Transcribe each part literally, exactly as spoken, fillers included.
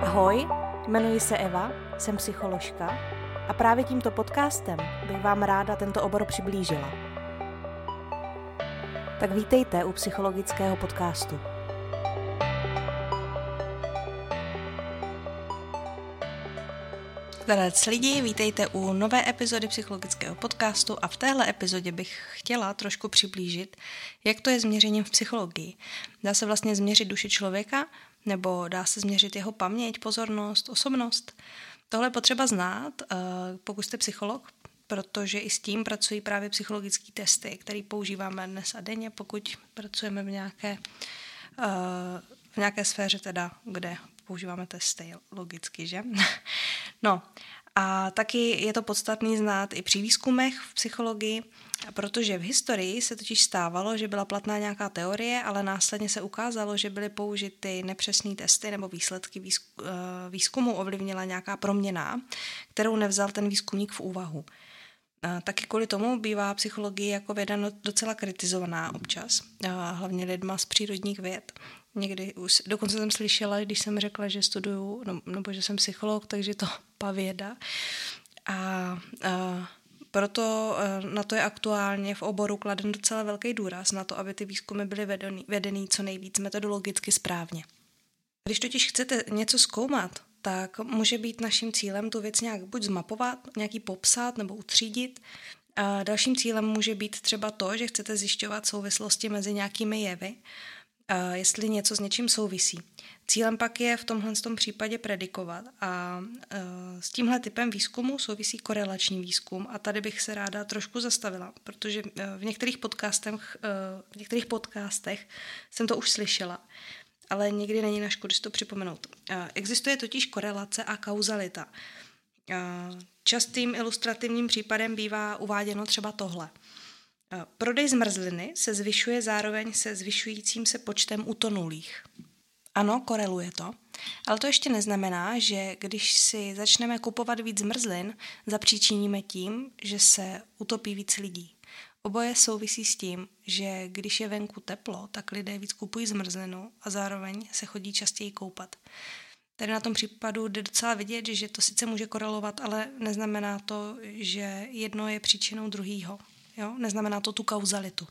Ahoj, jmenuji se Eva, jsem psycholožka a právě tímto podcastem bych vám ráda tento obor přiblížila. Tak vítejte u psychologického podcastu. Zdarec lidi, vítejte u nové epizody psychologického podcastu a v téhle epizodě bych chtěla trošku přiblížit, jak to je s měřením v psychologii. Dá se vlastně změřit duši člověka, nebo dá se změřit jeho paměť, pozornost, osobnost. Tohle je potřeba znát, pokud jste psycholog, protože i s tím pracují právě psychologické testy, které používáme dnes a denně, pokud pracujeme v nějaké, v nějaké sféře, teda, kde používáme testy, logicky, že? No a taky je to podstatný znát i při výzkumech v psychologii, protože v historii se totiž stávalo, že byla platná nějaká teorie, ale následně se ukázalo, že byly použity nepřesné testy nebo výsledky výzkumu ovlivnila nějaká proměna, kterou nevzal ten výzkumník v úvahu. Taky kvůli tomu bývá psychologie jako věda docela kritizovaná občas, hlavně lidma z přírodních věd. Někdy už, dokonce jsem slyšela, když jsem řekla, že studuju, no, nebo že jsem psycholog, takže to pavěda. A, a proto na to je aktuálně v oboru kladen docela velký důraz na to, aby ty výzkumy byly vedený, vedený co nejvíc metodologicky správně. Když totiž chcete něco zkoumat, tak může být naším cílem tu věc nějak buď zmapovat, nějaký popsat nebo utřídit. A dalším cílem může být třeba to, že chcete zjišťovat souvislosti mezi nějakými jevy, a jestli něco s něčím souvisí. Cílem pak je v tomhle tom případě predikovat a e, s tímhle typem výzkumu souvisí korelační výzkum a tady bych se ráda trošku zastavila, protože v některých podcastech, e, v některých podcastech jsem to už slyšela, ale nikdy není na škodu si to připomenout. E, existuje totiž korelace a kauzalita. E, častým ilustrativním případem bývá uváděno třeba tohle. Prodej zmrzliny se zvyšuje zároveň se zvyšujícím se počtem utonulých. Ano, koreluje to, ale to ještě neznamená, že když si začneme kupovat víc zmrzlin, zapříčiníme tím, že se utopí víc lidí. Oboje souvisí s tím, že když je venku teplo, tak lidé víc kupují zmrzlinu a zároveň se chodí častěji koupat. Tady na tom případu jde docela vidět, že to sice může korelovat, ale neznamená to, že jedno je příčinou druhýho. Jo? Neznamená to tu kauzalitu.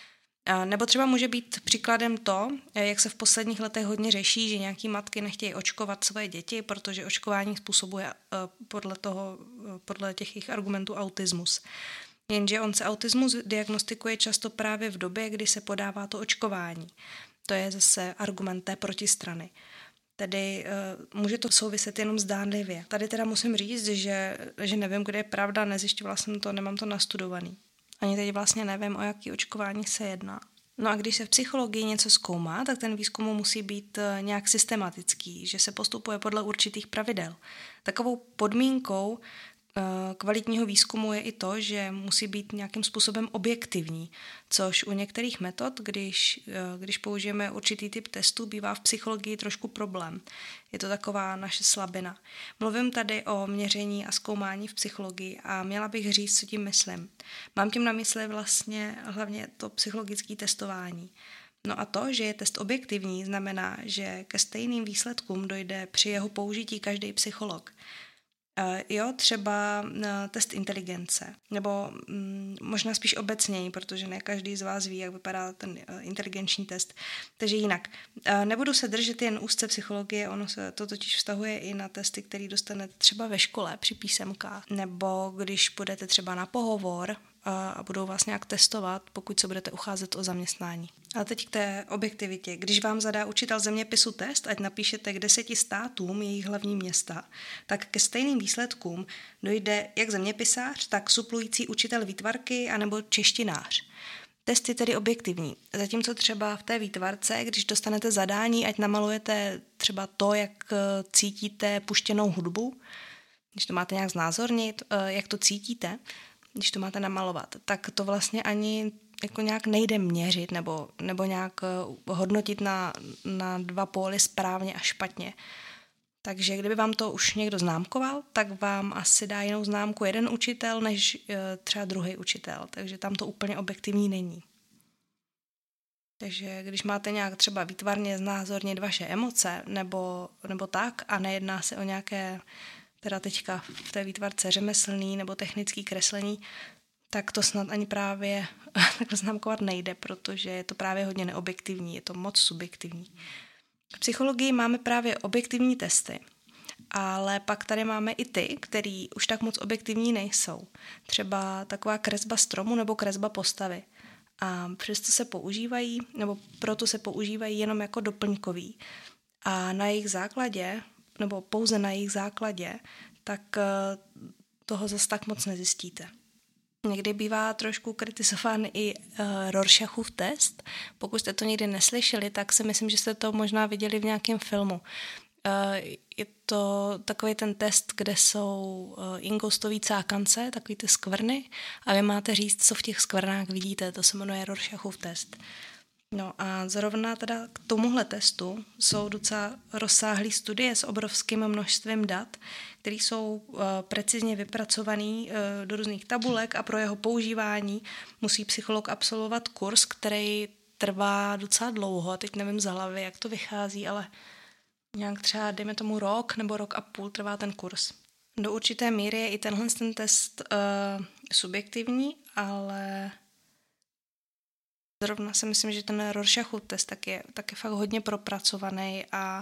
Nebo třeba může být příkladem to, jak se v posledních letech hodně řeší, že nějaký matky nechtějí očkovat svoje děti, protože očkování způsobuje podle toho, podle těch jejich argumentů autismus. Jenže on se autismus diagnostikuje často právě v době, kdy se podává to očkování. To je zase argument té protistrany. Tedy uh, může to souviset jenom zdánlivě. Tady teda musím říct, že, že nevím, kde je pravda, nezjišťovala jsem to, nemám to nastudovaný. Ani teď vlastně nevím, o jaký očkování se jedná. No a když se v psychologii něco zkoumá, tak ten výzkum musí být nějak systematický, že se postupuje podle určitých pravidel. Takovou podmínkou kvalitního výzkumu je i to, že musí být nějakým způsobem objektivní, což u některých metod, když, když použijeme určitý typ testů, bývá v psychologii trošku problém. Je to taková naše slabina. Mluvím tady o měření a zkoumání v psychologii a měla bych říct, co tím myslím. Mám tím na mysli vlastně hlavně to psychologické testování. No a to, že je test objektivní, znamená, že ke stejným výsledkům dojde při jeho použití každý psycholog. Uh, jo, třeba uh, test inteligence, nebo um, možná spíš obecněji, protože ne každý z vás ví, jak vypadá ten uh, inteligenční test. Takže jinak. Uh, nebudu se držet jen úzce psychologie, ono se to totiž vztahuje i na testy, které dostanete třeba ve škole při písemkách, nebo když budete třeba na pohovor a budou vás nějak testovat, pokud se budete ucházet o zaměstnání. Ale teď k té objektivitě. Když vám zadá učitel zeměpisu test, ať napíšete k deseti státům jejich hlavní města, tak ke stejným výsledkům dojde jak zeměpisář, tak suplující učitel výtvarky anebo češtinář. Test je tedy objektivní. Zatímco třeba v té výtvarce, když dostanete zadání, ať namalujete třeba to, jak cítíte puštěnou hudbu, když to máte nějak znázornit, jak to cítíte, když to máte namalovat, tak to vlastně ani jako nějak nejde měřit nebo, nebo nějak hodnotit na, na dva póly správně a špatně. Takže kdyby vám to už někdo známkoval, tak vám asi dá jinou známku jeden učitel než třeba druhý učitel. Takže tam to úplně objektivní není. Takže když máte nějak třeba výtvarně znázornit vaše emoce nebo, nebo tak a nejedná se o nějaké, teda teďka v té výtvarce řemeslný nebo technický kreslení, tak to snad ani právě takhle známkovat nejde, protože je to právě hodně neobjektivní, je to moc subjektivní. V psychologii máme právě objektivní testy, ale pak tady máme i ty, který už tak moc objektivní nejsou. Třeba taková kresba stromu nebo kresba postavy. A přesto se používají, nebo proto se používají jenom jako doplňkový. A na jejich základě, nebo pouze na jejich základě, tak toho zase tak moc nezjistíte. Někdy bývá trošku kritizován i uh, Rorschachův test. Pokud jste to nikdy neslyšeli, tak si myslím, že jste to možná viděli v nějakém filmu. Uh, je to takový ten test, kde jsou uh, ingoustový cákance, takový ty skvrny, a vy máte říct, co v těch skvrnách vidíte. To se jmenuje Rorschachův test. No a zrovna teda k tomuhle testu jsou docela rozsáhlé studie s obrovským množstvím dat, které jsou uh, precizně vypracované uh, do různých tabulek a pro jeho používání musí psycholog absolvovat kurz, který trvá docela dlouho. Teď nevím z hlavy, jak to vychází, ale nějak třeba, dejme tomu rok nebo rok a půl trvá ten kurz. Do určité míry je i tenhle ten test uh, subjektivní, ale zrovna si myslím, že ten Rorschachův test tak je, tak je fakt hodně propracovaný a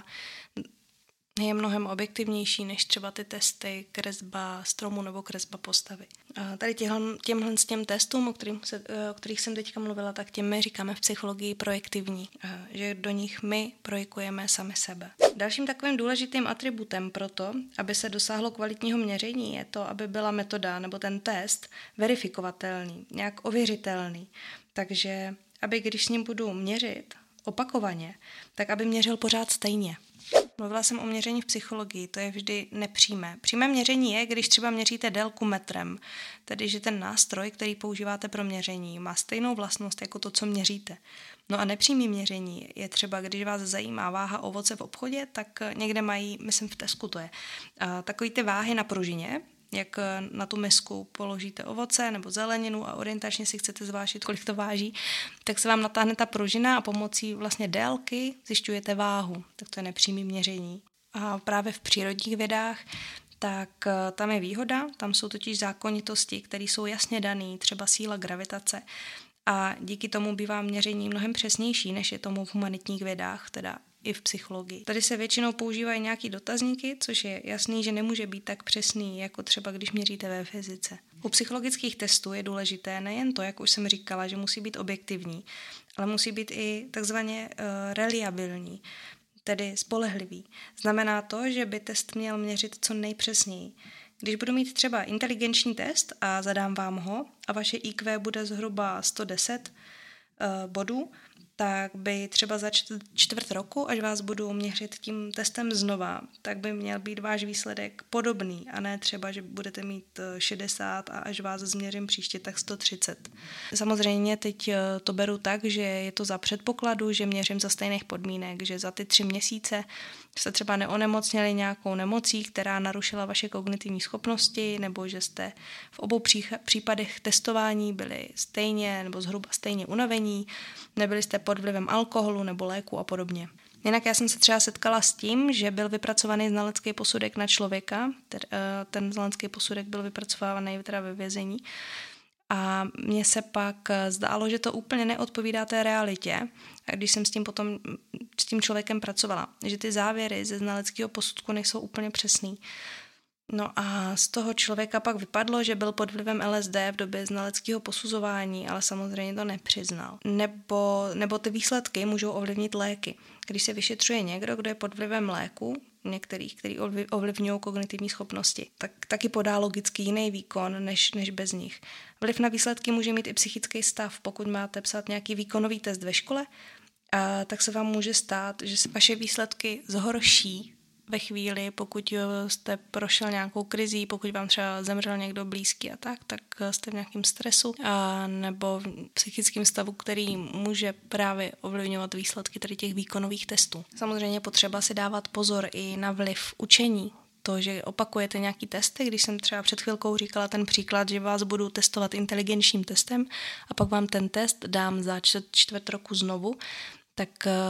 je mnohem objektivnější než třeba ty testy kresba stromu nebo kresba postavy. A tady těmhle, těmhle s těm testům, o, kterým se, o kterých jsem teďka mluvila, tak těm my říkáme v psychologii projektivní, že do nich my projekujeme sami sebe. Dalším takovým důležitým atributem pro to, aby se dosáhlo kvalitního měření, je to, aby byla metoda nebo ten test verifikovatelný, nějak ověřitelný. Takže aby když s ním budu měřit opakovaně, tak aby měřil pořád stejně. Mluvila jsem o měření v psychologii, to je vždy nepřímé. Přímé měření je, když třeba měříte délku metrem, tedy že ten nástroj, který používáte pro měření, má stejnou vlastnost jako to, co měříte. No a nepřímé měření je třeba, když vás zajímá váha ovoce v obchodě, tak někde mají, myslím v Tesku to je, takový ty váhy na pružině, jak na tu misku položíte ovoce nebo zeleninu a orientačně si chcete zvážit, kolik to váží, tak se vám natáhne ta pružina a pomocí vlastně délky zjišťujete váhu. Tak to je nepřímé měření. A právě v přírodních vědách tak tam je výhoda, tam jsou totiž zákonitosti, které jsou jasně dané, třeba síla gravitace. A díky tomu bývá měření mnohem přesnější, než je tomu v humanitních vědách, teda i v psychologii. Tady se většinou používají nějaký dotazníky, což je jasný, že nemůže být tak přesný, jako třeba když měříte ve fyzice. U psychologických testů je důležité nejen to, jak už jsem říkala, že musí být objektivní, ale musí být i takzvaně uh, reliabilní, tedy spolehlivý. Znamená to, že by test měl měřit co nejpřesněji. Když budu mít třeba inteligenční test a zadám vám ho a vaše í kvé bude zhruba sto deset uh, bodů, tak by třeba za čtvrt roku, až vás budu měřit tím testem znova, tak by měl být váš výsledek podobný a ne třeba, že budete mít šedesát a až vás změřím příště, tak sto třicet. Samozřejmě teď to beru tak, že je to za předpokladu, že měřím za stejných podmínek, že za ty tři měsíce jste třeba neonemocněli nějakou nemocí, která narušila vaše kognitivní schopnosti, nebo že jste v obou případech testování byli stejně nebo zhruba stejně unavení, nebyli jste pod vlivem alkoholu nebo léku a podobně. Jinak já jsem se třeba setkala s tím, že byl vypracovaný znalecký posudek na člověka, ten znalecký posudek byl vypracovaný teda ve vězení a mně se pak zdálo, že to úplně neodpovídá té realitě, a když jsem s tím potom s tím člověkem pracovala, že ty závěry ze znaleckého posudku nejsou úplně přesný. No a z toho člověka pak vypadlo, že byl pod vlivem el es dé v době znaleckého posuzování, ale samozřejmě to nepřiznal. Nebo, nebo ty výsledky můžou ovlivnit léky. Když se vyšetřuje někdo, kdo je pod vlivem léku, některých, který ovlivňují kognitivní schopnosti, tak taky podá logicky jiný výkon, než, než bez nich. Vliv na výsledky může mít i psychický stav. Pokud máte psát nějaký výkonový test ve škole, a tak se vám může stát, že se vaše výsledky zhorší ve chvíli, pokud jste prošel nějakou krizí, pokud vám třeba zemřel někdo blízký a tak, tak jste v nějakém stresu a nebo v psychickém stavu, který může právě ovlivňovat výsledky tady těch výkonových testů. Samozřejmě potřeba si dávat pozor i na vliv učení, to, že opakujete nějaký testy, když jsem třeba před chvilkou říkala ten příklad, že vás budu testovat inteligenčním testem a pak vám ten test dám za čtvrt, čtvrt roku znovu, tak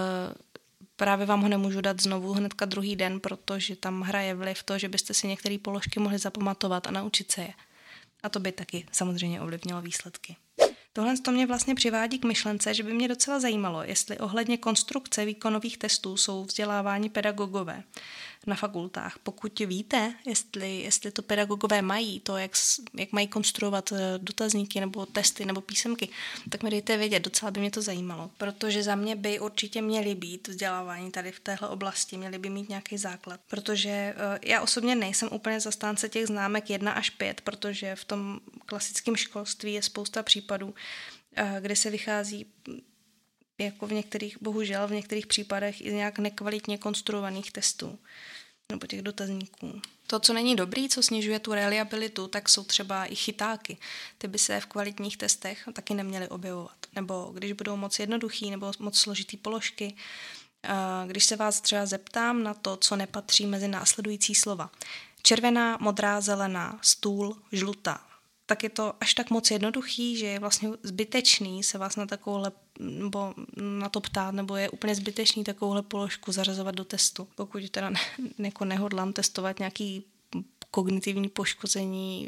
právě vám ho nemůžu dát znovu hnedka druhý den, protože tam hraje vliv to, že byste si některé položky mohli zapamatovat a naučit se je. A to by taky samozřejmě ovlivnilo výsledky. Tohle to mě vlastně přivádí k myšlence, že by mě docela zajímalo, jestli ohledně konstrukce výkonových testů jsou vzdělávání pedagogové na fakultách. Pokud víte, jestli, jestli to pedagogové mají, to, jak, jak mají konstruovat dotazníky nebo testy nebo písemky, tak mi dejte vědět, docela by mě to zajímalo. Protože za mě by určitě měly být vzdělávání tady v téhle oblasti, měly by mít nějaký základ. Protože já osobně nejsem úplně zastánce těch známek jedna až pět, protože v tom klasickém školství je spousta případů, kde se vychází jako v některých, bohužel v některých případech i nějak nekvalitně konstruovaných testů nebo těch dotazníků. To, co není dobrý, co snižuje tu reliabilitu, tak jsou třeba i chytáky. Ty by se v kvalitních testech taky neměly objevovat. Nebo když budou moc jednoduchý nebo moc složitý položky. Když se vás třeba zeptám na to, co nepatří mezi následující slova. Červená, modrá, zelená, stůl, žlutá. Tak je to až tak moc jednoduchý, že je vlastně zbytečný se vás na takovouhle, nebo na to ptát, nebo je úplně zbytečný takovouhle položku zařazovat do testu. Pokud teda ne, jako nehodlám testovat nějaký kognitivní poškození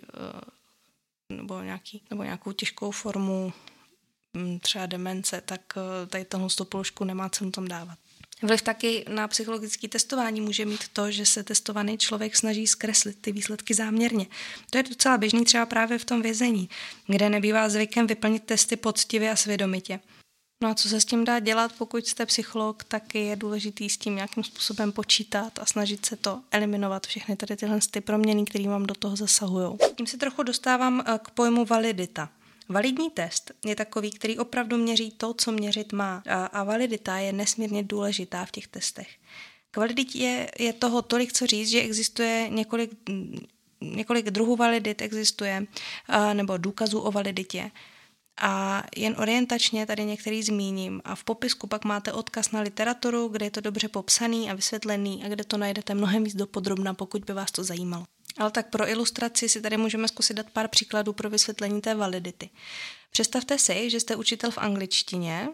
nebo, nějaký, nebo nějakou těžkou formu třeba demence, tak tady tohle položku nemá cenu tam dávat. Vliv taky na psychologické testování může mít to, že se testovaný člověk snaží zkreslit ty výsledky záměrně. To je docela běžný třeba právě v tom vězení, kde nebývá zvykem vyplnit testy poctivě a svědomitě. No a co se s tím dá dělat, pokud jste psycholog, tak je důležitý s tím nějakým způsobem počítat a snažit se to eliminovat, všechny tady tyhle ty proměny, které vám do toho zasahují. Tím se trochu dostávám k pojmu validita. Validní test je takový, který opravdu měří to, co měřit má. A, a validita je nesmírně důležitá v těch testech. K validitě je, je toho tolik co říct, že existuje několik, několik druhů validit, existuje a, nebo důkazů o validitě. A jen orientačně tady některý zmíním. A v popisku pak máte odkaz na literaturu, kde je to dobře popsaný a vysvětlený a kde to najdete mnohem víc dopodrobna, pokud by vás to zajímalo. Ale tak pro ilustraci si tady můžeme zkusit dát pár příkladů pro vysvětlení té validity. Představte si, že jste učitel v angličtině,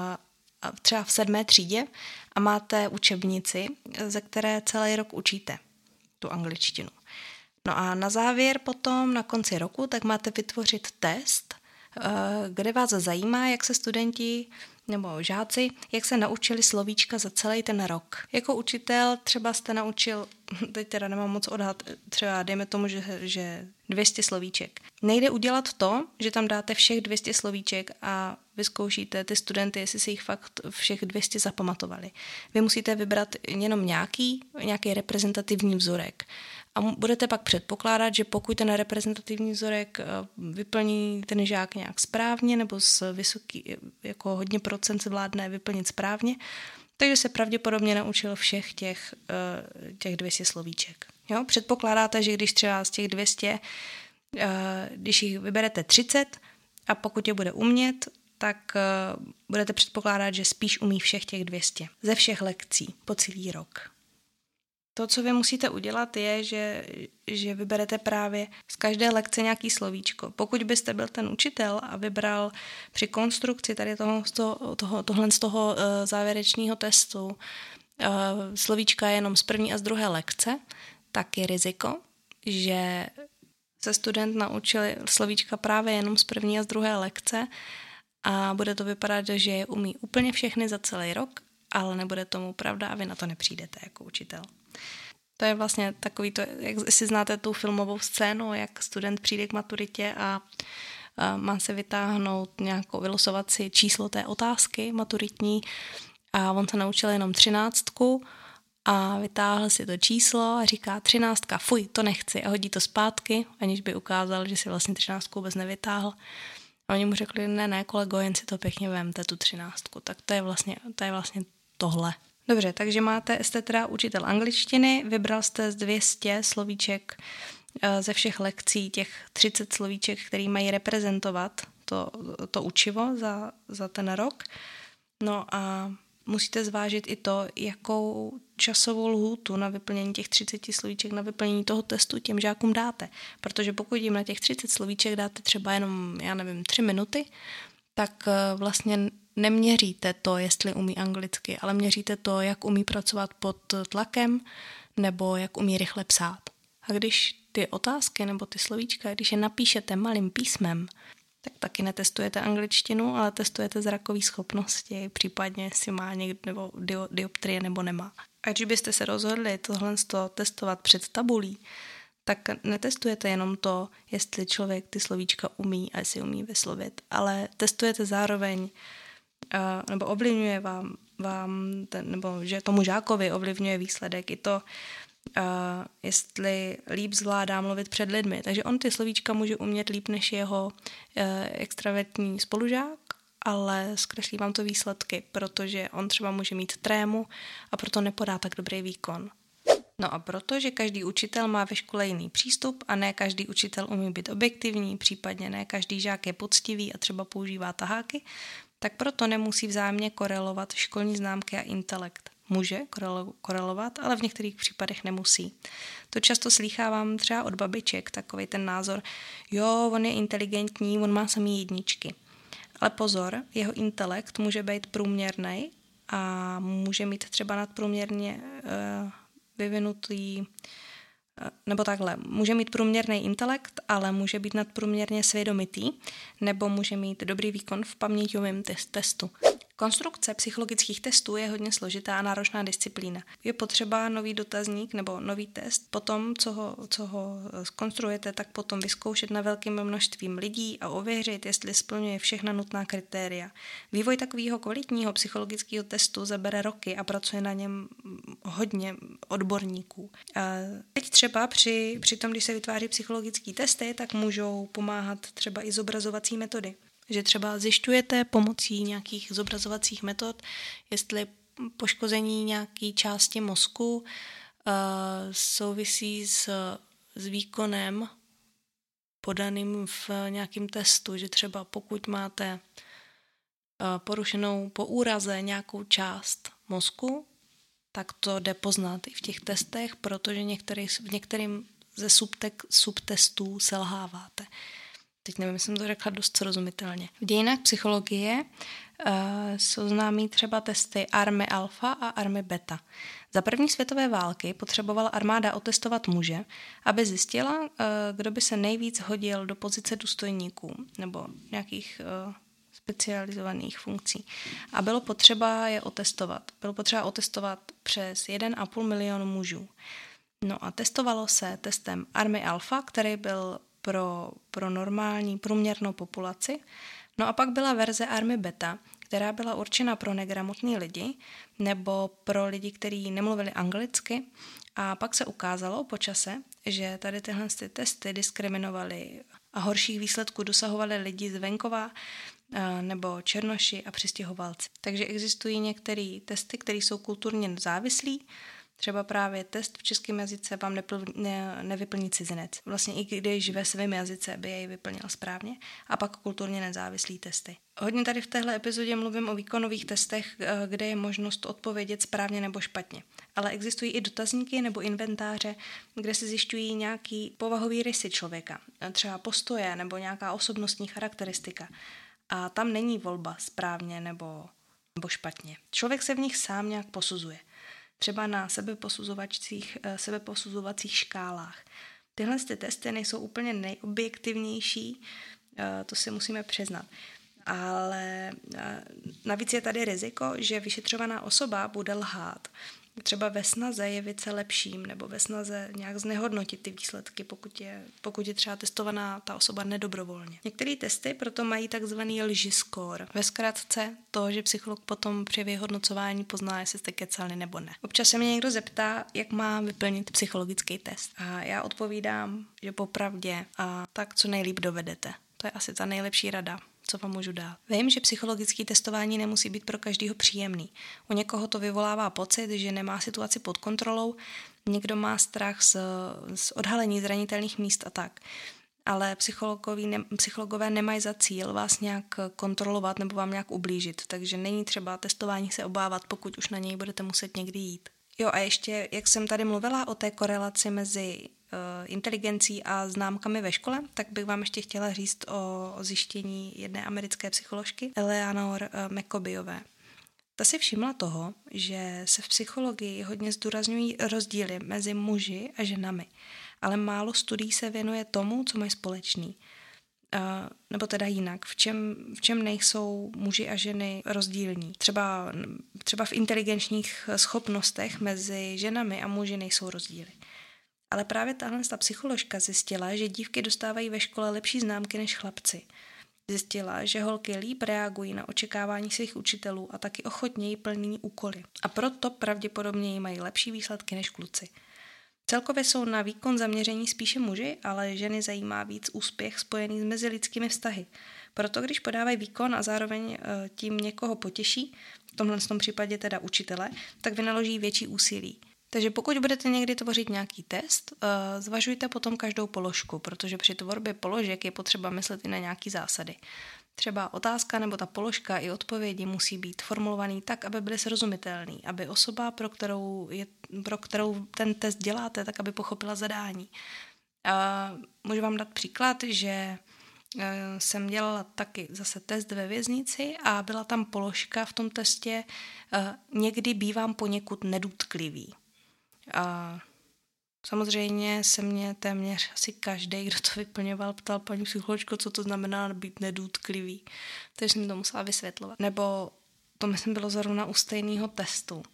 třeba v sedmé třídě, a máte učebnici, ze které celý rok učíte tu angličtinu. No a na závěr potom, na konci roku, tak máte vytvořit test, kde vás zajímá, jak se studenti nebo žáci, jak se naučili slovíčka za celý ten rok. Jako učitel třeba jste naučil, teď teda nemám moc odhad, třeba dejme tomu, že, že dvě stě slovíček. Nejde udělat to, že tam dáte všech dvě stě slovíček a vyzkoušíte ty studenty, jestli si jich fakt všech dvě stě zapamatovali. Vy musíte vybrat jenom nějaký, nějaký reprezentativní vzorek. A budete pak předpokládat, že pokud ten reprezentativní vzorek vyplní ten žák nějak správně nebo s vysoký, jako hodně procent zvládne vyplnit správně, takže se pravděpodobně naučil všech těch, těch dvě stě slovíček. Jo? Předpokládáte, že když třeba z těch dvě stě, když jich vyberete třicet a pokud je bude umět, tak budete předpokládat, že spíš umí všech těch dvě stě. Ze všech lekcí po celý rok. To, co vy musíte udělat, je, že, že vyberete právě z každé lekce nějaký slovíčko. Pokud byste byl ten učitel a vybral při konstrukci tady toho, toho, toho, tohle z toho uh, závěrečného testu uh, slovíčka jenom z první a z druhé lekce, tak je riziko, že se student naučil slovíčka právě jenom z první a z druhé lekce a bude to vypadat, že je umí úplně všechny za celý rok, ale nebude tomu pravda a vy na to nepřijdete jako učitel. To je vlastně takový to, jak si znáte tu filmovou scénu, jak student přijde k maturitě a, a má se vytáhnout nějakou, vylosovat si číslo té otázky maturitní a on se naučil jenom třináctku a vytáhl si to číslo a říká třináctka, fuj, to nechci a hodí to zpátky, aniž by ukázal, že si vlastně třináctku vůbec nevytáhl. A oni mu řekli, ne, ne, kolego, jen si to pěkně vemte, tu třináctku. Tak to je vlastně, to je vlastně tohle. Dobře, takže máte, jste teda učitel angličtiny, vybral jste z dvě stě slovíček ze všech lekcí, těch třicet slovíček, který mají reprezentovat to, to učivo za, za ten rok. No a musíte zvážit i to, jakou časovou lhůtu na vyplnění těch třicet slovíček, na vyplnění toho testu těm žákům dáte. Protože pokud jim na těch třicet slovíček dáte třeba jenom, já nevím, tři minuty, tak vlastně neměříte to, jestli umí anglicky, ale měříte to, jak umí pracovat pod tlakem nebo jak umí rychle psát. A když ty otázky nebo ty slovíčka, když je napíšete malým písmem, tak taky netestujete angličtinu, ale testujete zrakové schopnosti, případně jestli má někdo nebo dioptrie nebo nemá. A když byste se rozhodli tohle testovat před tabulí, tak netestujete jenom to, jestli člověk ty slovíčka umí a jestli umí vyslovit, ale testujete zároveň, nebo ovlivňuje vám, vám ten, nebo že tomu žákovi ovlivňuje výsledek i to, Uh, jestli líp zvládá mluvit před lidmi. Takže on ty slovíčka může umět líp než jeho uh, extravertní spolužák, ale zkreslí vám to výsledky, protože on třeba může mít trému a proto nepodá tak dobrý výkon. No a protože každý učitel má ve škole jiný přístup a ne každý učitel umí být objektivní, případně ne každý žák je poctivý a třeba používá taháky, tak proto nemusí vzájemně korelovat školní známky a intelekt. Může korelovat, ale v některých případech nemusí. To často slýchávám třeba od babiček, takový ten názor, jo, on je inteligentní, on má samý jedničky. Ale pozor, jeho intelekt může být průměrný a může mít třeba nadprůměrně uh, vyvinutý, uh, nebo takhle, může mít průměrný intelekt, ale může být nadprůměrně svědomitý, nebo může mít dobrý výkon v paměťovém testu. Konstrukce psychologických testů je hodně složitá a náročná disciplína. Je potřeba nový dotazník nebo nový test, potom, co ho, co ho zkonstruujete, tak potom vyzkoušet na velkým množstvím lidí a ověřit, jestli splňuje všechna nutná kritéria. Vývoj takového kvalitního psychologického testu zabere roky a pracuje na něm hodně odborníků. A teď třeba při, při tom, když se vytváří psychologické testy, tak můžou pomáhat třeba i zobrazovací metody. Že třeba zjišťujete pomocí nějakých zobrazovacích metod, jestli poškození nějaké části mozku uh, souvisí s, s výkonem podaným v nějakém testu, že třeba pokud máte uh, porušenou po úraze nějakou část mozku, tak to jde poznat i v těch testech, protože některý, v některým ze subtek, subtestů selháváte. Teď nevím, jestli jsem to řekla dost srozumitelně. V dějinách psychologie uh, jsou známý třeba testy Army Alpha a Army Beta. Za první světové války potřebovala armáda otestovat muže, aby zjistila, uh, kdo by se nejvíc hodil do pozice důstojníků nebo nějakých uh, specializovaných funkcí. A bylo potřeba je otestovat. Bylo potřeba otestovat přes jeden a půl milionu mužů. No a testovalo se testem Army Alpha, který byl Pro, pro normální průměrnou populaci. No a pak byla verze Army Beta, která byla určena pro negramotný lidi nebo pro lidi, kteří nemluvili anglicky. A pak se ukázalo po čase, že tady tyhle testy diskriminovaly a horších výsledků dosahovali lidi z venkova nebo černoši a přistěhovalci. Takže existují některé testy, které jsou kulturně závislí. Třeba právě test v českém jazyce vám nepl, ne, nevyplní cizinec. Vlastně i když ve svém jazyce by jej vyplnil správně. A pak kulturně nezávislý testy. Hodně tady v téhle epizodě mluvím o výkonových testech, kde je možnost odpovědět správně nebo špatně. Ale existují i dotazníky nebo inventáře, kde se zjišťují nějaký povahový rysy člověka. Třeba postoje nebo nějaká osobnostní charakteristika. A tam není volba správně nebo, nebo špatně. Člověk se v nich sám nějak posuzuje. Třeba na sebeposuzovacích, sebeposuzovacích škálách. Tyhle ty testy nejsou úplně nejobjektivnější, to si musíme přiznat. Ale navíc je tady riziko, že vyšetřovaná osoba bude lhát. Třeba ve snaze jevit se lepším nebo ve snaze nějak znehodnotit ty výsledky, pokud je, pokud je třeba testovaná ta osoba nedobrovolně. Některé testy proto mají takzvaný lži score. Ve zkratce to, že psycholog potom při vyhodnocování pozná, jestli jste kecali nebo ne. Občas se mě někdo zeptá, jak mám vyplnit psychologický test. A já odpovídám, že popravdě a tak, co nejlíp dovedete. To je asi ta nejlepší rada, co vám můžu dát. Vím, že psychologické testování nemusí být pro každého příjemný. U někoho to vyvolává pocit, že nemá situaci pod kontrolou, někdo má strach z, z odhalení zranitelných míst a tak. ale psychologové, ne, psychologové nemají za cíl vás nějak kontrolovat nebo vám nějak ublížit, takže není třeba testování se obávat, pokud už na něj budete muset někdy jít. Jo a ještě, jak jsem tady mluvila o té korelaci mezi uh, inteligencí a známkami ve škole, tak bych vám ještě chtěla říct o, o zjištění jedné americké psycholožky, Eleanor uh, McCobyové. Ta si všimla toho, že se v psychologii hodně zdůrazňují rozdíly mezi muži a ženami, ale málo studií se věnuje tomu, co mají společný. Uh, nebo teda jinak, v čem, v čem nejsou muži a ženy rozdílní. Třeba, třeba v inteligenčních schopnostech mezi ženami a muži nejsou rozdíly. Ale právě tahle ta psycholožka zjistila, že dívky dostávají ve škole lepší známky než chlapci. Zjistila, že holky líp reagují na očekávání svých učitelů a taky ochotněji plní úkoly. A proto pravděpodobně mají lepší výsledky než kluci. Celkově jsou na výkon zaměření spíše muži, ale ženy zajímá víc úspěch spojený s mezilidskými vztahy. Proto když podávají výkon a zároveň tím někoho potěší, v tomhle tom případě teda učitele, tak vynaloží větší úsilí. Takže pokud budete někdy tvořit nějaký test, zvažujte potom každou položku, protože při tvorbě položek je potřeba myslet i na nějaký zásady. Třeba otázka nebo ta položka i odpovědi musí být formulovaný tak, aby byly srozumitelný, aby osoba, pro kterou, je, pro kterou ten test děláte, tak aby pochopila zadání. A můžu vám dát příklad, že jsem dělala taky zase test ve věznici a byla tam položka v tom testě někdy bývám poněkud nedůtklivý. A samozřejmě se mě téměř asi každý, kdo to vyplňoval, ptal paní psycholožko, co to znamená být nedůtklivý. Takže jsem to musela vysvětlovat. Nebo to myslím bylo zrovna u stejného testu. Uh,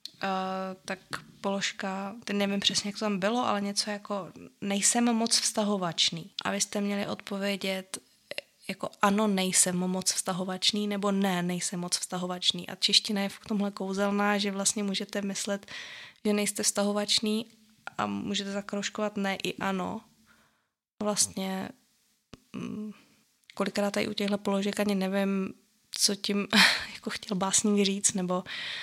tak položka, teď nevím přesně, jak to tam bylo, ale něco jako nejsem moc vztahovačný. A vy jste měli odpovědět jako ano, nejsem moc vztahovačný, nebo ne, nejsem moc vztahovačný. A čeština je v tomhle kouzelná, že vlastně můžete myslet, že nejste vztahovačný a můžete zakroužkovat ne i ano. Vlastně kolikrát tady u těchto položek ani nevím, co tím jako chtěl básník říct, nebo,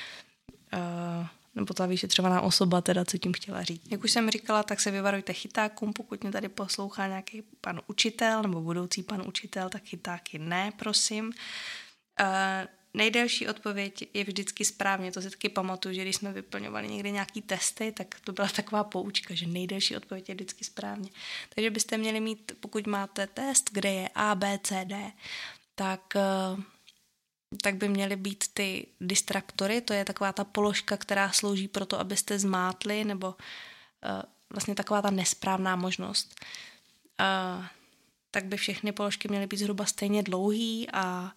uh, nebo ta vyšetřovaná osoba teda, co tím chtěla říct. Jak už jsem říkala, tak se vyvarujte chytákům, pokud mě tady poslouchá nějaký pan učitel nebo budoucí pan učitel, tak chytáky ne, prosím. Uh, Nejdelší odpověď je vždycky správně, to si taky pamatuju, že když jsme vyplňovali někdy nějaký testy, tak to byla taková poučka, že nejdelší odpověď je vždycky správně. Takže byste měli mít, pokud máte test, kde je A, B, C, D, tak, tak by měly být ty distraktory, to je taková ta položka, která slouží pro to, abyste zmátli, nebo vlastně taková ta nesprávná možnost. Tak by všechny položky měly být zhruba stejně dlouhý a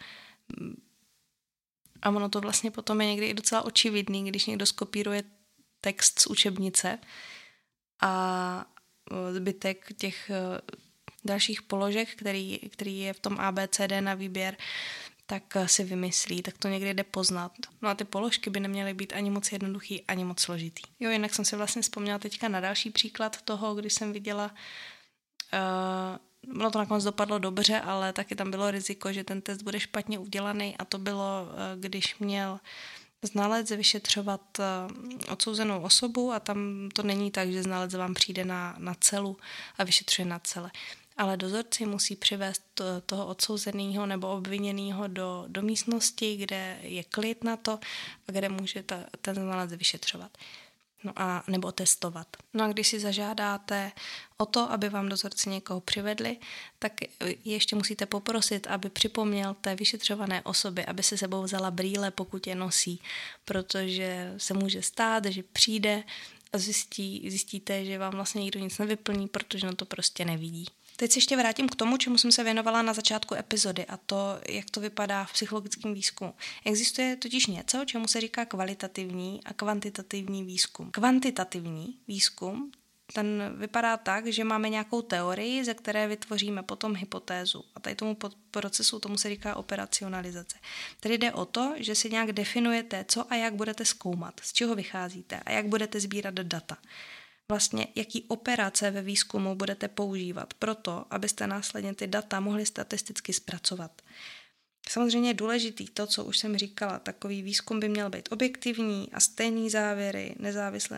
A ono to vlastně potom je někdy i docela očividný, když někdo skopíruje text z učebnice a zbytek těch dalších položek, který, který je v tom A B C D na výběr, tak si vymyslí, tak to někdy jde poznat. No a ty položky by neměly být ani moc jednoduchý, ani moc složitý. Jo, jinak jsem si vlastně vzpomněla teďka na další příklad toho, když jsem viděla uh, Ono to nakonec dopadlo dobře, ale taky tam bylo riziko, že ten test bude špatně udělaný a to bylo, když měl znalec vyšetřovat odsouzenou osobu a tam to není tak, že znalec vám přijde na, na celu a vyšetřuje na cele. Ale dozorci musí přivést toho odsouzeného nebo obviněného do, do místnosti, kde je klid na to a kde může ta, ten znalec vyšetřovat. No a nebo testovat. No a když si zažádáte o to, aby vám dozorci někoho přivedli, tak ještě musíte poprosit, aby připomněl té vyšetřované osobě, aby se sebou vzala brýle, pokud je nosí, protože se může stát, že přijde a zjistí, zjistíte, že vám vlastně nikdo nic nevyplní, protože na to prostě nevidí. Teď se ještě vrátím k tomu, čemu jsem se věnovala na začátku epizody, a to, jak to vypadá v psychologickém výzkumu. Existuje totiž něco, čemu se říká kvalitativní a kvantitativní výzkum. Kvantitativní výzkum, ten vypadá tak, že máme nějakou teorii, ze které vytvoříme potom hypotézu. A tady tomu procesu tomu se říká operacionalizace. Tady jde o to, že si nějak definujete, co a jak budete zkoumat, z čeho vycházíte a jak budete sbírat data. Vlastně, jaký operace ve výzkumu budete používat proto, abyste následně ty data mohli statisticky zpracovat. Samozřejmě je důležitý to, co už jsem říkala, takový výzkum by měl být objektivní a stejný závěry, nezávisle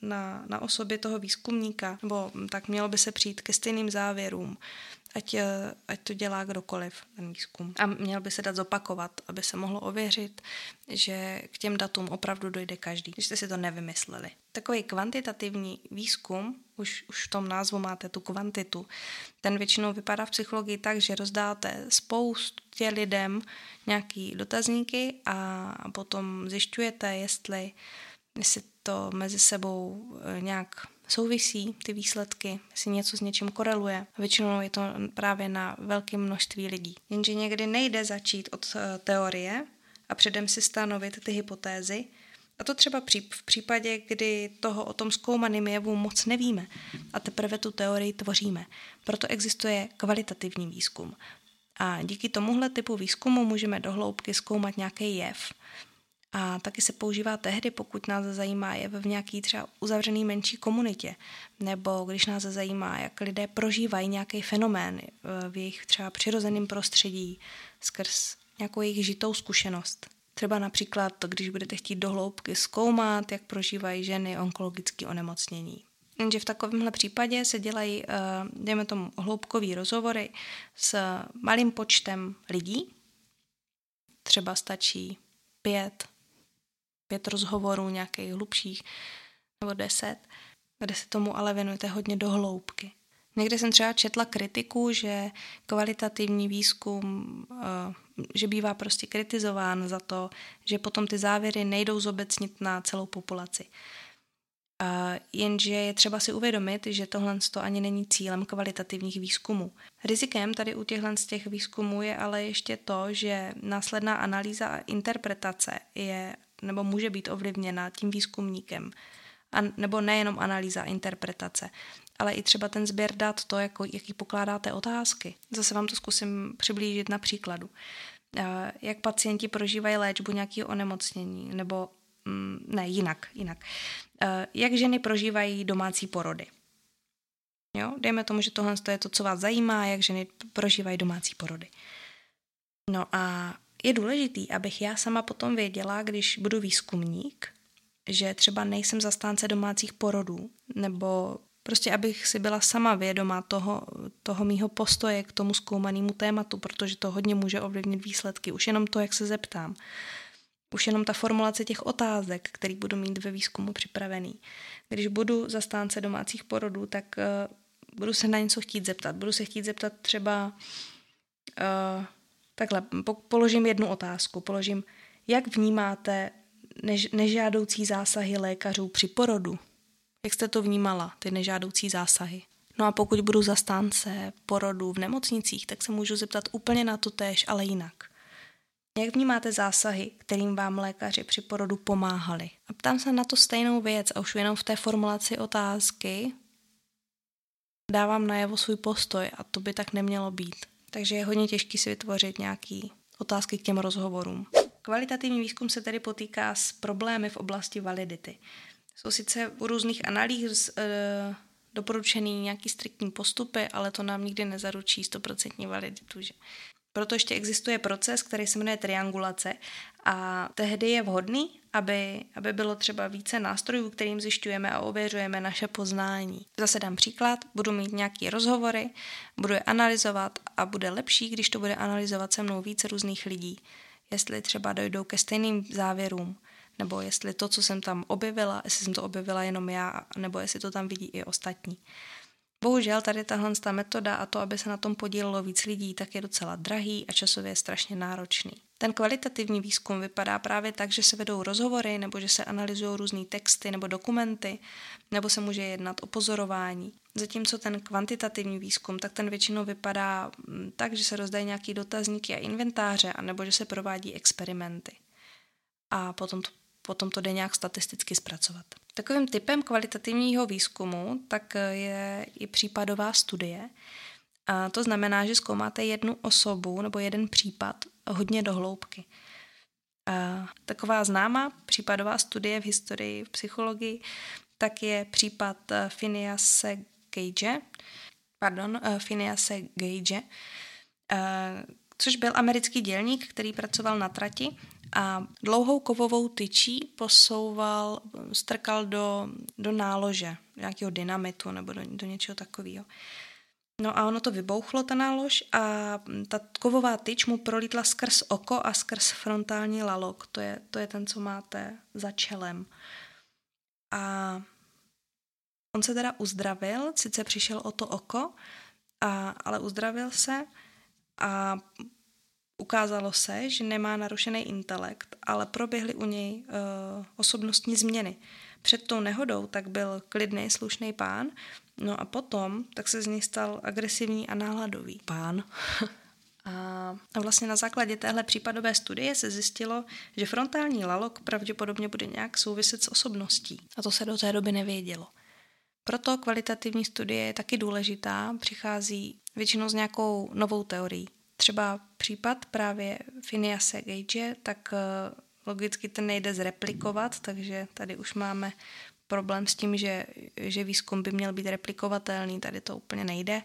na, na osobě toho výzkumníka, nebo tak mělo by se přijít ke stejným závěrům, ať, ať to dělá kdokoliv, ten výzkum. A měl by se dát zopakovat, aby se mohlo ověřit, že k těm datům opravdu dojde každý, když jste si to nevymysleli. Takový kvantitativní výzkum, už, už v tom názvu máte tu kvantitu, ten většinou vypadá v psychologii tak, že rozdáte spoustě lidem nějaký dotazníky a potom zjišťujete, jestli, jestli to mezi sebou nějak souvisí, ty výsledky, jestli něco s něčím koreluje. Většinou je to právě na velké množství lidí. Jenže někdy nejde začít od teorie a předem si stanovit ty hypotézy. A to třeba v případě, kdy toho o tom zkoumaném jevu moc nevíme a teprve tu teorii tvoříme. Proto existuje kvalitativní výzkum. A díky tomuhle typu výzkumu můžeme do hloubky zkoumat nějaký jev. A taky se používá tehdy, pokud nás zajímá jev v nějaký třeba uzavřený menší komunitě, nebo když nás zajímá, jak lidé prožívají nějaký fenomén v jejich třeba přirozeném prostředí skrz nějakou jejich žitou zkušenost. Třeba například, když budete chtít do hloubky zkoumat, jak prožívají ženy onkologické onemocnění. Jenže v takovémhle případě se dělají, dejme tomu, hloubkový rozhovory s malým počtem lidí. Třeba stačí pět, pět rozhovorů nějakých hlubších, nebo deset, kde se tomu ale věnujete hodně do hloubky. Někde jsem třeba četla kritiku, že kvalitativní výzkum, že bývá prostě kritizován za to, že potom ty závěry nejdou zobecnit na celou populaci. Jenže je třeba si uvědomit, že tohle ani není cílem kvalitativních výzkumů. Rizikem tady u těchto z těch výzkumů je ale ještě to, že následná analýza a interpretace je nebo může být ovlivněna tím výzkumníkem. A, nebo nejenom analýza a interpretace, ale i třeba ten sběr dat, to, jako, jaký pokládáte otázky. Zase vám to zkusím přiblížit na příkladu. Jak pacienti prožívají léčbu nějakého onemocnění, nebo mm, ne, jinak, jinak. Jak ženy prožívají domácí porody. Jo? Dejme tomu, že tohle je to, co vás zajímá, jak ženy prožívají domácí porody. No a je důležitý, abych já sama potom věděla, když budu výzkumník, že třeba nejsem zastánce domácích porodů, nebo prostě abych si byla sama vědoma toho, toho mýho postoje k tomu zkoumanému tématu, protože to hodně může ovlivnit výsledky. Už jenom to, jak se zeptám. Už jenom ta formulace těch otázek, který budu mít ve výzkumu připravený. Když budu zastánce domácích porodů, tak uh, budu se na něco chtít zeptat. Budu se chtít zeptat třeba uh, takhle, po, položím jednu otázku. Položím, jak vnímáte než, nežádoucí zásahy lékařů při porodu? Jak jste to vnímala, ty nežádoucí zásahy? No a pokud budu zastánce porodů v nemocnicích, tak se můžu zeptat úplně na to též, ale jinak. Jak vnímáte zásahy, kterým vám lékaři při porodu pomáhali? A ptám se na to stejnou věc a už jenom v té formulaci otázky dávám najevo svůj postoj a to by tak nemělo být. Takže je hodně těžké si vytvořit nějaký otázky k těm rozhovorům. Kvalitativní výzkum se tedy potýká s problémy v oblasti validity. Jsou sice u různých analýz e, doporučený nějaký striktní postupy, ale to nám nikdy nezaručí stoprocentní validitu. Že? Proto ještě existuje proces, který se jmenuje triangulace a tehdy je vhodný, aby, aby bylo třeba více nástrojů, kterým zjišťujeme a ověřujeme naše poznání. Zase dám příklad, budu mít nějaké rozhovory, budu je analyzovat a bude lepší, když to bude analyzovat se mnou více různých lidí. Jestli třeba dojdou ke stejným závěrům, nebo jestli to, co jsem tam objevila, jestli jsem to objevila jenom já, nebo jestli to tam vidí i ostatní. Bohužel tady tahle metoda a to, aby se na tom podílelo víc lidí, tak je docela drahý a časově strašně náročný. Ten kvalitativní výzkum vypadá právě tak, že se vedou rozhovory, nebo že se analyzují různý texty nebo dokumenty, nebo se může jednat o pozorování. Zatímco ten kvantitativní výzkum, tak ten většinou vypadá tak, že se rozdají nějaký dotazníky a inventáře, anebo že se provádí experimenty. A potom to, potom to jde nějak statisticky zpracovat. Takovým typem kvalitativního výzkumu tak je i případová studie. A to znamená, že zkoumáte jednu osobu nebo jeden případ hodně do hloubky. A taková známá případová studie v historii v psychologii tak je případ Phinease Gage, pardon, Phinease Gage. což byl americký dělník, který pracoval na trati a dlouhou kovovou tyčí posouval, strkal do, do nálože, nějakého dynamitu nebo do, do něčeho takového. No a ono to vybouchlo, ta nálož, a ta kovová tyč mu prolítla skrz oko a skrz frontální lalok. To je, to je ten, co máte za čelem. A on se teda uzdravil, sice přišel o to oko, a, ale uzdravil se a ukázalo se, že nemá narušený intelekt, ale proběhly u něj uh, osobnostní změny. Před tou nehodou tak byl klidný, slušný pán, no a potom tak se z něj stal agresivní a náladový pán. A vlastně na základě téhle případové studie se zjistilo, že frontální lalok pravděpodobně bude nějak souviset s osobností. A to se do té doby nevědělo. Proto kvalitativní studie je taky důležitá, přichází většinou s nějakou novou teorií. Třeba případ právě Phinease Gage, tak logicky ten nejde zreplikovat, takže tady už máme problém s tím, že, že výzkum by měl být replikovatelný, tady to úplně nejde.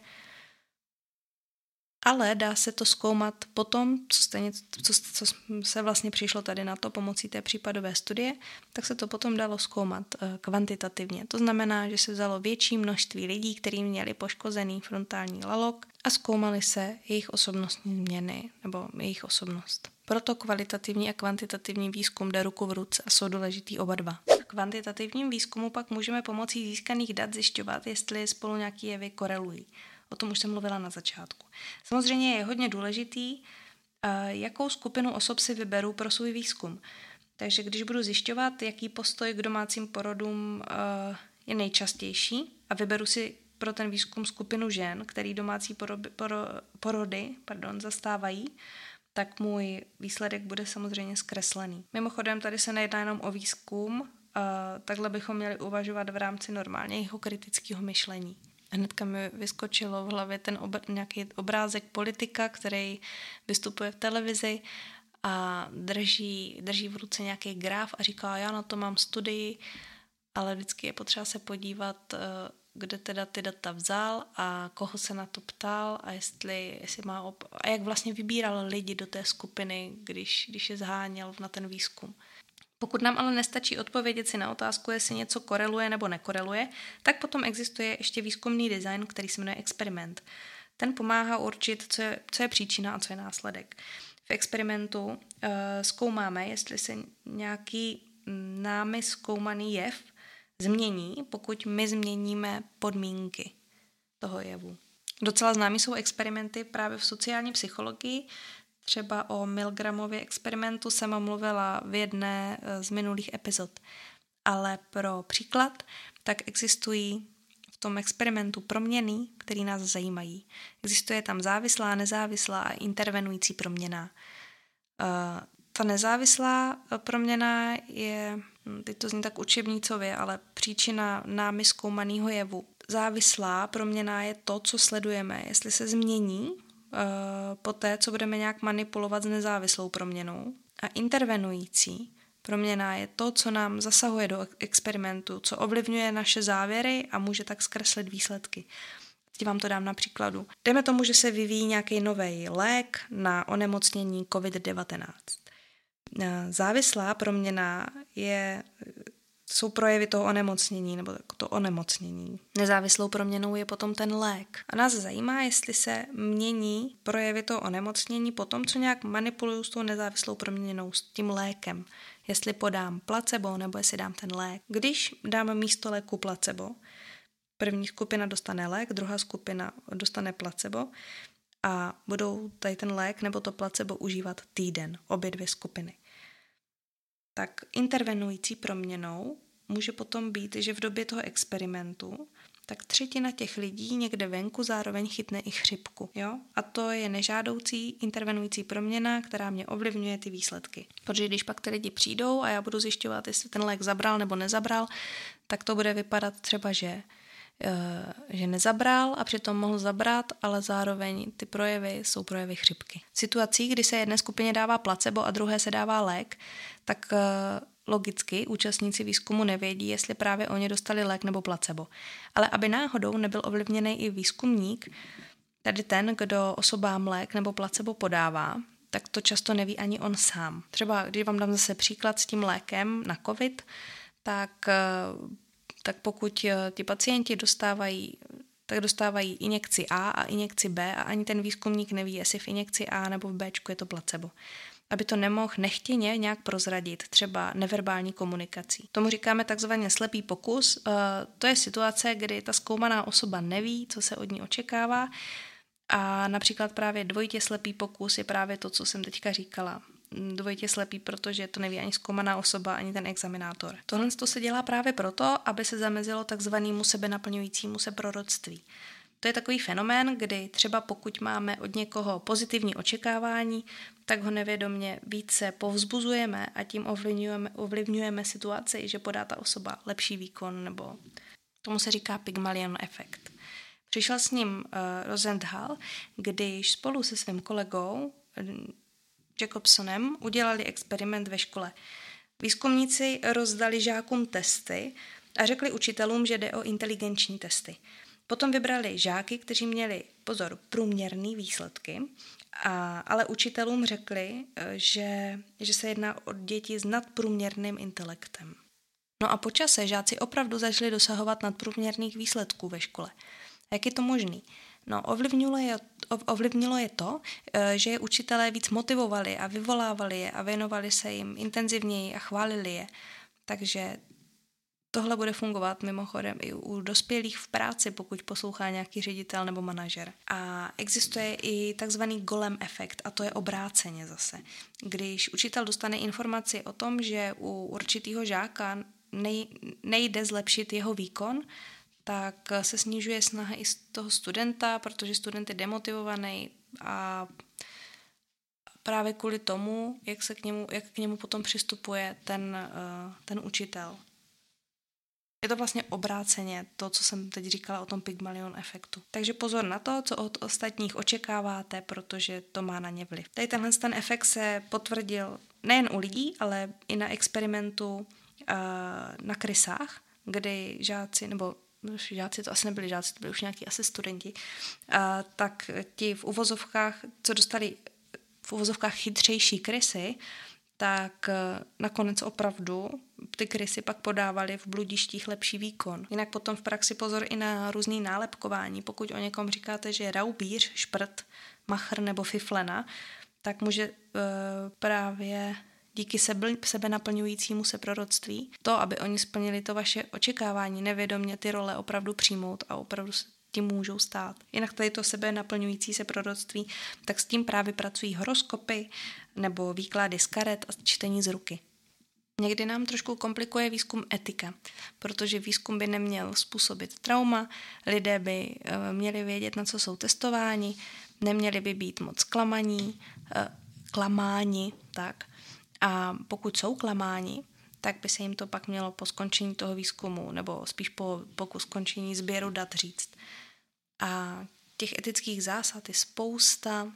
Ale dá se to zkoumat potom, co, stejně, co, co se vlastně přišlo tady na to pomocí té případové studie, tak se to potom dalo zkoumat kvantitativně. To znamená, že se vzalo větší množství lidí, kteří měli poškozený frontální lalok a zkoumali se jejich osobnostní změny nebo jejich osobnost. Proto kvalitativní a kvantitativní výzkum jde ruku v ruce a jsou důležitý oba dva. V kvantitativním výzkumu pak můžeme pomocí získaných dat zjišťovat, jestli spolu nějaký jevy korelují. O tom už jsem mluvila na začátku. Samozřejmě je hodně důležitý, jakou skupinu osob si vyberu pro svůj výzkum. Takže když budu zjišťovat, jaký postoj k domácím porodům je nejčastější a vyberu si pro ten výzkum skupinu žen, který domácí porody, porody pardon, zastávají, tak můj výsledek bude samozřejmě zkreslený. Mimochodem, tady se nejedná jenom o výzkum, takhle bychom měli uvažovat v rámci normálního kritického myšlení. Hnedka mi vyskočilo v hlavě ten obr- nějaký obrázek politika, který vystupuje v televizi a drží, drží v ruce nějaký graf a říká, já na to mám studii, ale vždycky je potřeba se podívat, kde teda ty data vzal a koho se na to ptal a jestli, jestli má op- a jak vlastně vybíral lidi do té skupiny, když, když je zháněl na ten výzkum. Pokud nám ale nestačí odpovědět si na otázku, jestli něco koreluje nebo nekoreluje, tak potom existuje ještě výzkumný design, který se jmenuje experiment. Ten pomáhá určit, co je, co je příčina a co je následek. V experimentu uh, zkoumáme, jestli se nějaký námi zkoumaný jev změní, pokud my změníme podmínky toho jevu. Docela známý jsou experimenty právě v sociální psychologii. Třeba o Milgramově experimentu jsem mluvila v jedné z minulých epizod. Ale pro příklad, tak existují v tom experimentu proměny, které nás zajímají. Existuje tam závislá, nezávislá a intervenující proměna. Ta nezávislá proměna je, teď to zní tak učebnicově, ale příčina námi zkoumaného jevu. Závislá proměna je to, co sledujeme, jestli se změní poté, co budeme nějak manipulovat s nezávislou proměnou. A intervenující proměna je to, co nám zasahuje do experimentu, co ovlivňuje naše závěry a může tak zkreslit výsledky. Teď vám to dám na příkladu. Dejme tomu, že se vyvíjí nějaký nový lék na onemocnění covid devatenáct. Závislá proměna je, jsou projevy toho onemocnění, nebo to onemocnění. Nezávislou proměnou je potom ten lék. A nás zajímá, jestli se mění projevy toho onemocnění potom, co nějak manipuluju s tou nezávislou proměnou, s tím lékem. Jestli podám placebo, nebo jestli dám ten lék. Když dám místo léku placebo, první skupina dostane lék, druhá skupina dostane placebo a budou tady ten lék nebo to placebo užívat týden, obě dvě skupiny. Tak intervenující proměnou může potom být, že v době toho experimentu tak třetina těch lidí někde venku zároveň chytne i chřipku. Jo? A to je nežádoucí intervenující proměna, která mě ovlivňuje ty výsledky. Protože když pak ty lidi přijdou a já budu zjišťovat, jestli ten lék zabral nebo nezabral, tak to bude vypadat třeba, že že nezabral a přitom mohl zabrat, ale zároveň ty projevy jsou projevy chřipky. V situacích, kdy se jedné skupině dává placebo a druhé se dává lék, tak logicky účastníci výzkumu nevědí, jestli právě oni dostali lék nebo placebo. Ale aby náhodou nebyl ovlivněný i výzkumník, Tady ten, kdo osobám lék nebo placebo podává, tak to často neví ani on sám. Třeba když vám dám zase příklad s tím lékem na covid, tak, tak pokud ti pacienti dostávají, tak dostávají injekci A a injekci B a ani ten výzkumník neví, jestli v injekci A nebo v Bčku je to placebo. Aby to nemohl nechtěně nějak prozradit, třeba neverbální komunikací. Tomu říkáme takzvaně slepý pokus. To je situace, kdy ta zkoumaná osoba neví, co se od ní očekává, a například právě dvojitě slepý pokus je právě to, co jsem teďka říkala. Dvojitě slepý, protože to neví ani zkoumaná osoba, ani ten examinátor. Tohle se dělá právě proto, aby se zamezilo takzvanému sebenaplňujícímu se proroctví. To je takový fenomén, kdy třeba pokud máme od někoho pozitivní očekávání, tak ho nevědomě více povzbuzujeme a tím ovlivňujeme, ovlivňujeme situaci, že podá ta osoba lepší výkon, nebo tomu se říká Pygmalion efekt. Přišel s ním uh, Rosenthal, když spolu se svým kolegou Jacobsonem udělali experiment ve škole. Výzkumníci rozdali žákům testy a řekli učitelům, že jde o inteligenční testy. Potom vybrali žáky, kteří měli, pozor, průměrné výsledky, a, ale učitelům řekli, že, že se jedná o děti s nadprůměrným intelektem. No a po čase žáci opravdu začali dosahovat nadprůměrných výsledků ve škole. Jak je to možný? No, ovlivnilo je, ovlivnilo je to, že je učitelé víc motivovali a vyvolávali je a věnovali se jim intenzivněji a chválili je. Takže tohle bude fungovat mimochodem i u dospělých v práci, pokud poslouchá nějaký ředitel nebo manažer. A existuje i takzvaný golem efekt, a to je obráceně zase. Když učitel dostane informaci o tom, že u určitého žáka nej, nejde zlepšit jeho výkon, tak se snižuje snaha i z toho studenta, protože student je demotivovaný a právě kvůli tomu, jak se k němu, jak k němu potom přistupuje ten, ten učitel. Je to vlastně obráceně to, co jsem teď říkala o tom Pygmalion efektu. Takže pozor na to, co od ostatních očekáváte, protože to má na ně vliv. Tady tenhle ten efekt se potvrdil nejen u lidí, ale i na experimentu uh, na krysách, kdy žáci, nebo žáci, to asi nebyli žáci, to byli už nějaký asi studenti, uh, tak ti v uvozovkách, co dostali v uvozovkách chytřejší krysy, tak nakonec opravdu ty krysy pak podávaly v bludištích lepší výkon. Jinak potom v praxi pozor i na různý nálepkování. Pokud o někom říkáte, že je raubíř, šprt, machr nebo fiflena, tak může e, právě díky sebe, sebe naplňujícímu se proroctví to, aby oni splnili to vaše očekávání, nevědomě ty role opravdu přijmout a opravdu tím můžou stát. Jinak tady to sebe naplňující se proroctví, tak s tím právě pracují horoskopy nebo výklady z karet a čtení z ruky. Někdy nám trošku komplikuje výzkum etika, protože výzkum by neměl způsobit trauma, lidé by měli vědět, na co jsou testováni, neměli by být moc klamaní, klamáni, tak. A pokud jsou klamáni, tak by se jim to pak mělo po skončení toho výzkumu, nebo spíš po, po skončení sběru dat říct. A těch etických zásad je spousta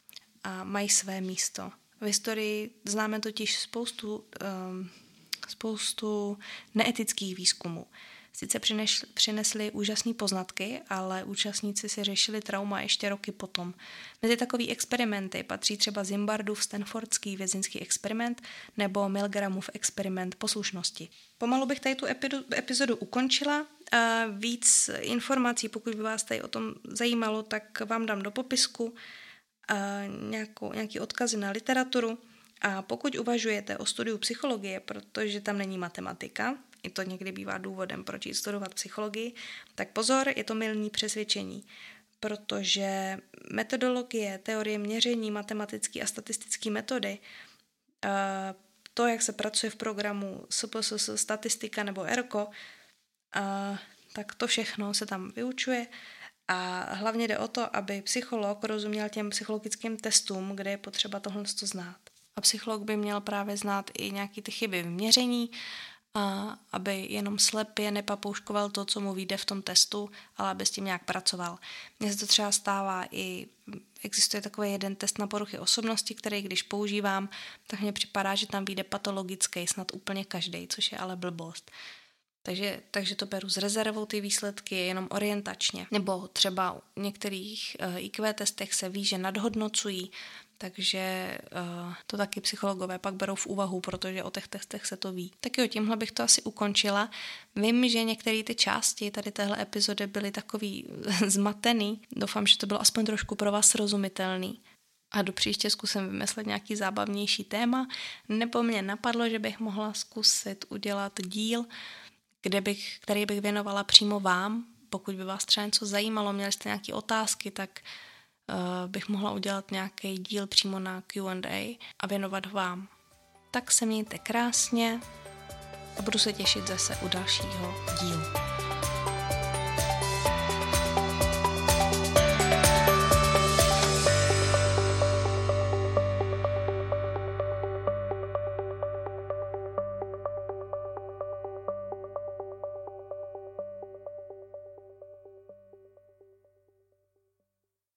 a mají své místo. V historii známe totiž spoustu, um, spoustu neetických výzkumů. Sice přinesli, přinesli úžasné poznatky, ale účastníci si řešili trauma ještě roky potom. Mezi takový experimenty patří třeba Zimbardův stanfordský vězeňský experiment nebo Milgramův experiment poslušnosti. Pomalu bych tady tu epizodu ukončila. A víc informací, pokud by vás tady o tom zajímalo, tak vám dám do popisku a nějakou, nějaký odkazy na literaturu. A pokud uvažujete o studiu psychologie, protože tam není matematika, i to někdy bývá důvodem, proč jít studovat psychologii, tak pozor, je to mylné přesvědčení, protože metodologie, teorie měření, matematické a statistické metody, to, jak se pracuje v programu S P S S, statistika nebo ERKO, tak to všechno se tam vyučuje a hlavně jde o to, aby psycholog rozuměl těm psychologickým testům, kde je potřeba tohle znát. A psycholog by měl právě znát i nějaké ty chyby v měření, a aby jenom slepě nepapouškoval to, co mu vyjde v tom testu, ale aby s tím nějak pracoval. Mně se to třeba stává i, existuje takový jeden test na poruchy osobnosti, který když používám, tak mně připadá, že tam vyjde patologický snad úplně každý, což je ale blbost. Takže, takže to beru s rezervou ty výsledky jenom orientačně. Nebo třeba u některých í kvé testech se ví, že nadhodnocují, takže uh, to taky psychologové pak berou v úvahu, protože o těch testech se to ví. Tak jo, tímhle bych to asi ukončila. Vím, že některé ty části tady téhle epizody byly takový zmatený. Doufám, že to bylo aspoň trošku pro vás srozumitelný. A do příště zkusím vymyslet nějaký zábavnější téma, nebo mě napadlo, že bych mohla zkusit udělat díl, kde bych, který bych věnovala přímo vám. Pokud by vás třeba něco zajímalo, měli jste nějaké otázky, tak uh, bych mohla udělat nějaký díl přímo na Q and A a věnovat vám. Tak se mějte krásně a budu se těšit zase u dalšího dílu.